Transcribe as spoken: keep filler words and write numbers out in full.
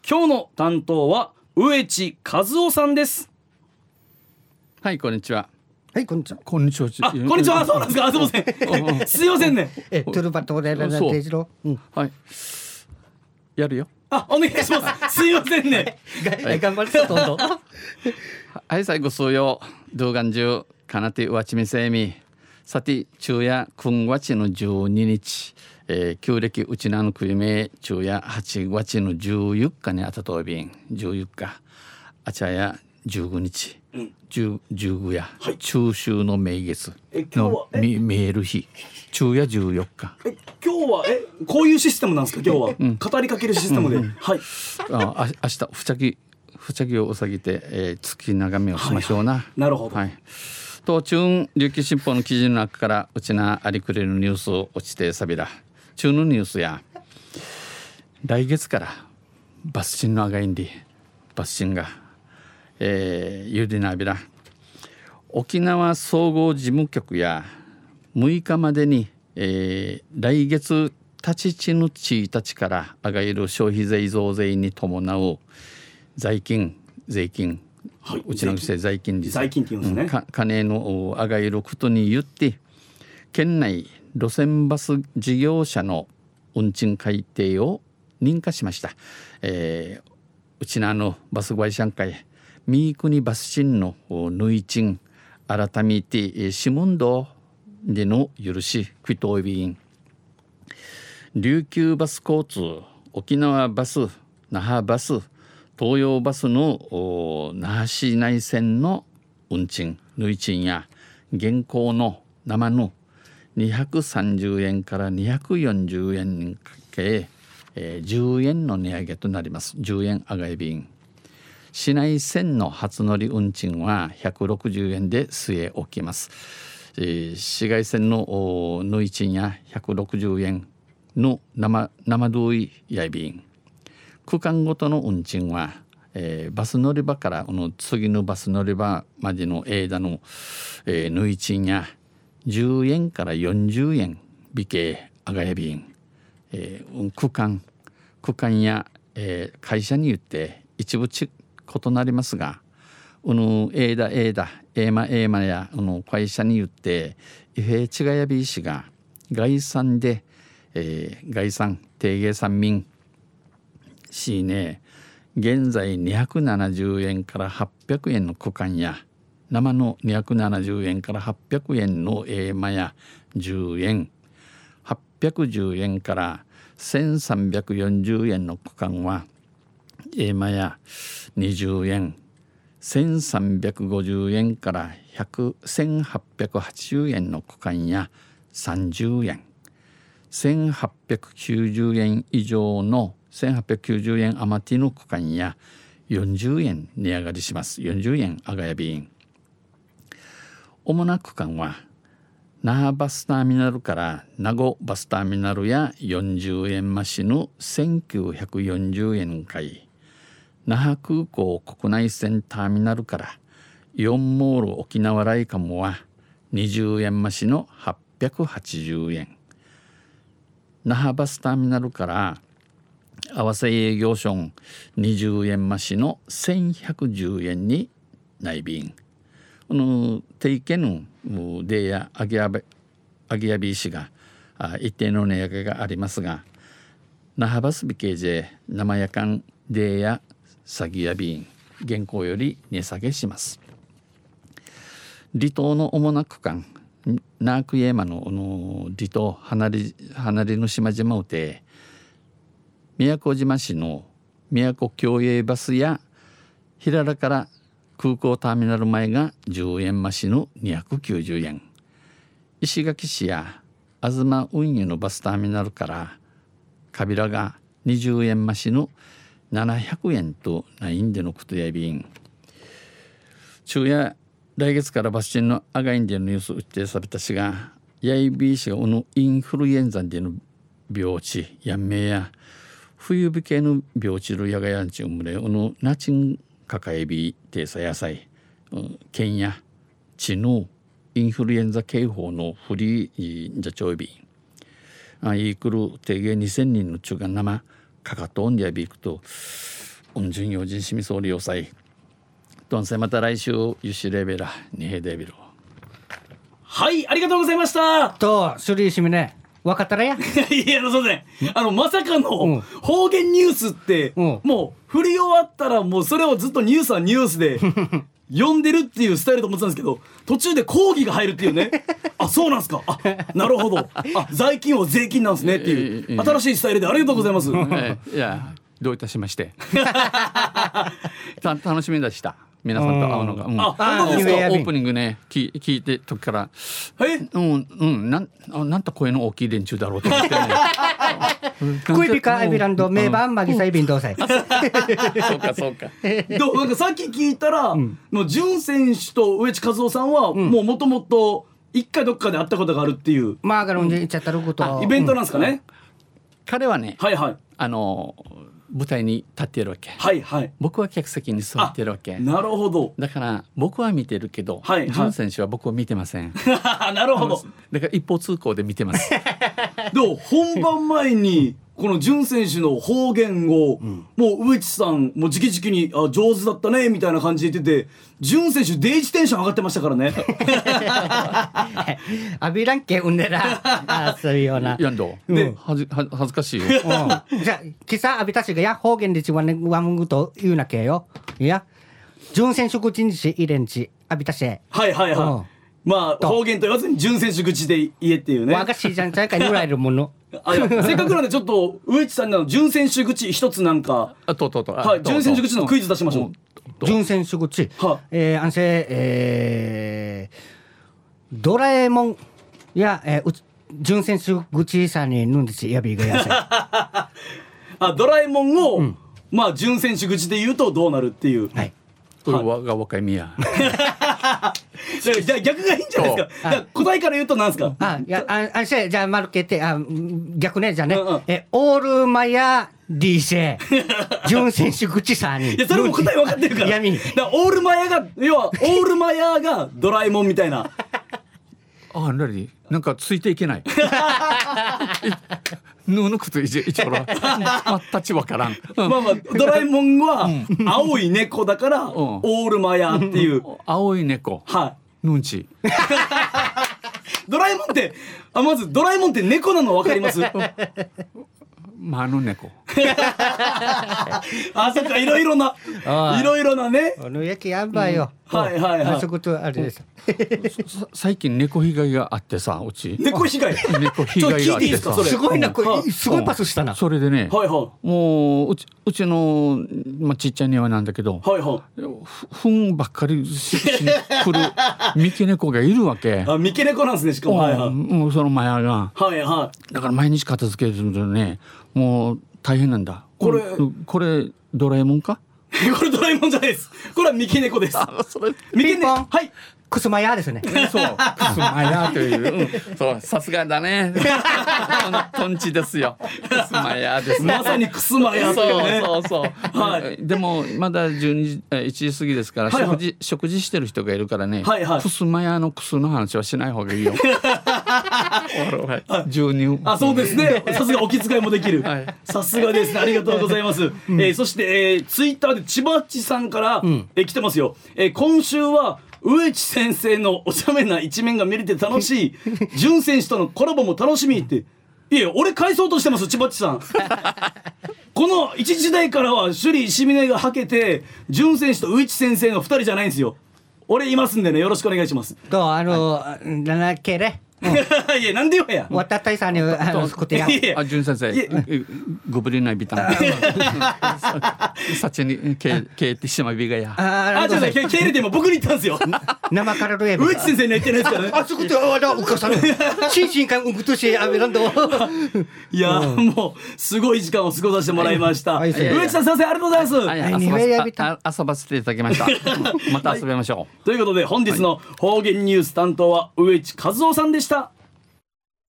今日の担当は植地和夫さんです。 はい、こんにちは。 はい、こんにちは。 こんにちは。 あ、こんにちは。そうなんですか。あ、すいません。すいませんね。 え、トゥルバトレララデジロ。うん。 はい。やるよ。 あ、お願いします。すいませんね。 はい、頑張りそう、どんどん。 はい、最後数曜動画中かなてうわちみせみさて昼夜くんがちのじゅうににち、えー、旧暦うちなのくいめ昼夜はちがつのじゅうよっかにあたとびんじゅうよっかあちゃやじゅうごにち、うん、じゅうごや、はい、中秋の名月の見える日昼夜じゅうよっか。 え今日はえこういうシステムなんですか。今日は、うん、語りかけるシステムで、うんうん、はい。 ああ明日ふちゃきふちゃきをうさぎて、えー、月眺めをしましょうな、はいはい、 なるほど、 はい、と中琉球新報の記事の中からうちなありくれるニュースを落ちてさびら中のニュースや来月からバスチンのあがいんでバスチンが、えー、ゆでなびら沖縄総合事務局やむいかまでに、えー、来月立ちちぬちいたちからあがいる消費税増税に伴う財金税金、はい、うちの店財金です。 財金って言うんですね。 か金の上がいることによって県内路線バス事業者の運賃改定を認可しました。えー、うちのあのバス会社会三国バス賃の縫い賃改めて市門道での許しquy答便琉球バス交通沖縄バス那覇バス東洋バスの那覇市内線の運賃縫い賃や現行の生のにひゃくさんじゅうえんからにひゃくよんじゅうえんにかけ、えー、じゅうえんの値上げとなります。じゅうえん上がり便市内線の初乗り運賃はひゃくろくじゅうえんで据え置きます。えー、市外線の縫い賃やひゃくろくじゅうえんの生生同意やい便区間ごとの運賃は、えー、バス乗り場からこの次のバス乗り場までの間の、えー、縫い賃やじゅうえんからよんじゅうえん美形あがや便、えー、区間区間や、えー、会社によって一部ち異なりますがこの間間エーマエーマやこの会社によって伊平違やびいしが概算で、えー、概算定芸産民しね現在にひゃくななじゅうえんからはっぴゃくえんの区間や生のにひゃくななじゅうえんからはっぴゃくえんのエーマやじゅうえんはっぴゃくじゅうえんからせんさんびゃくよんじゅうえんの区間はエーマやにじゅうえんせんさんびゃくごじゅうえんからせんはっぴゃくはちじゅうえんの区間やさんじゅうえんせんはっぴゃくきゅうじゅうえん以上のせんはっぴゃくきゅうじゅうえん余りの区間やよんじゅうえん値上がりします。よんじゅうえん上がや便主な区間は那覇バスターミナルから名護バスターミナルやよんじゅうえん増しのせんきゅうひゃくよんじゅうえん回那覇空港国内線ターミナルからよんモール沖縄来間はにじゅうえん増しのはっぴゃくはちじゅうえん那覇バスターミナルから合わせ営業所にじゅうえん増しのせんひゃくじゅうえんに内便この定期のデーやアギアビアギアビー氏が一定の値上げがありますが那覇バスビケージェ生夜間デーやサギや便現行より値下げします。離島の主な区間ナークイエマ の, の離島離れ離れの島々をて宮古島市の宮古共営バスや平良から空港ターミナル前がじゅうえん増しのにひゃくきゅうじゅうえん石垣市や東運輸のバスターミナルからカビラがにじゅうえん増しのななひゃくえんとないんでのことや便昼夜来月からバスチンのアガインでのニュース打ってされたしがやいびいしがおのインフルエンザでの病地やんめや冬日系の病地のやがやんちうむれおのなちんかかえびてさ野菜県や地のインフルエンザ警報のフリーじゃちょいびあいくる定芸にせんにんの中が生かかとんでやびくと運順用人しみ総理要塞どんせまた来週ゆしレベラにへデビルはい、ありがとうございました。 と処理しみね分かったらやいや、そうですね。あのまさかの方言ニュースって、うん、もう振り終わったらもうそれをずっとニュースはニュースで読んでるっていうスタイルと思ってたんですけど、途中で講義が入るっていうね。あ、そうなんですか。あ、なるほど。あ、財金は税金なんですねっていう新しいスタイルでありがとうございます。 えいや、どういたしまして。た楽しみでした。皆さんと会うのが、うん、 あ、本当ですか。 オープニングね聞聞いて時からえ、 うんうんなんなんと声の大きい連中だろうと思ってね。 クイピカアイビランド名盤マギサイビンどうせ。 そうかそうか。 どうなんかさっき聞いたら、うん、の潤選手と上地和夫さんは、うん、もうもともと一回どっかで会ったことがあるっていう。 まあがろんで言っちゃったること。 イベントなんですかね。うん、 彼はね、 はいはい、 あの舞台に立っているわけ、 はいはい、 僕は客席に座っているわけ。 なるほど。 だから僕は見てるけど、はいはい、潤選手は僕を見てません。 なるほど。 だから一方通行で見てます。 どう本番前にこの潤選手の方言を、うん、もう上地さんもう直々にあ上手だったねみたいな感じで言ってて、潤選手デイジテンション上がってましたからね。 アビランケウンデラあそういうようなやんどで恥ずかしいよ。 じゃあキサアビタシがや方言でちわねわむぐと言うなけよ。いや潤選手口にしイレンチアビタシはいはいはい、うん、まあ方言と言わずに潤選手口で言えっていうね。 和菓子じゃんちゃいかにもらえるもの。 あせっかくなんでちょっと上地さんの潤選手口一つなんかあとととはい潤選手口のクイズ出しましょう。 潤選手口はえー、安静えー、ドラえもんやえー、潤選手口さんにぬんでちやびがやせ。 あドラえもんを、うん、まあ潤選手口で言うとどうなるっていう。 はい。 これはが若いみや。 じゃあ逆がいいんじゃないですか。答えから言うとなんですか。 あ、いや、あ、あ、じゃあ丸けて、あ、逆ね、じゃあね、うんうん、え、オールマヤ ディーシェ、潤選手口さんに。 いや、それも答え分かってるから。闇。だからオールマヤが、要はオールマヤがドラえもんみたいな。 あ、なに、なんかついていけない。ぬぬくと一一から立ちわからん。 まあまあドラえもんは青い猫だからオールマヤっていう。 青い猫。 はい。 ヌンチ。 ドラえもんってあまずドラえもんって猫なの分かります？ まあの猫。 あそっかいろいろないろいろなね。 あの焼きやんばいよ。 はいはいはい。 あそことあれです。 最近猫被害があってさ、うち。 猫被害。 猫被害があってさ。 すごいな、これすごいパスしたな。 それでね、 はいはい、 もううちうちのまあちっちゃい庭なんだけど、 はいはい、 ふんばっかりししに来る三毛猫がいるわけ。 あ、三毛猫なんですね。しかも、はいはい、 もうそのマヤが、 はいはい、 だから毎日片付けるんだよね。もう大変なんだ。 これこれドラえもんか？ これドラえもんじゃないです。これは三毛猫です。 あ、それ三毛猫。はい。 くすまやですね。 そう。くすまやという。うん、そう、さすがだね。とんちですよ。くすまやです、ね。 まさにくすまや、ね。 そうそうそう。はい。でもまだじゅうにじいちじ過ぎですから、はいはい、食事食事してる人がいるからね。はいはい。くすまやのくすの話はしない方がいいよ。十二。 あ、そうですね。さすがお気遣いもできる。はい、さすがですね。ありがとうございます。うん、えー、そして、えー、ツイッターで千葉っちさんから、うん、えー、来てますよ。えー、今週は上地先生のお茶目な一面が見れて楽しい。潤選手とのコラボも楽しみって。いや俺返そうとしてます千葉っちさん。この一時代からは首里石峰がはけて潤選手と上地先生のふたりじゃないんですよ。俺いますんでね、よろしくお願いします。 どうあの、はい、ななけれいやなんでよや。 わたたいさんにあの作ってや。 あ、潤先生、ごぶりないビタン。さちにけけってしまびがや。 あ、じゃあけけれても僕に言ったんですよ。 生からるや。 上地先生には言ってないですからね。 あそこであだおかさん。心身感うぐとしあべらんど。 いやもうすごい時間を過ごさせてもらいました。上地さん先生ありがとうございます。遊ばせていただきました。また遊びましょう。 ということで本日の方言ニュース担当は上地和夫さんでした。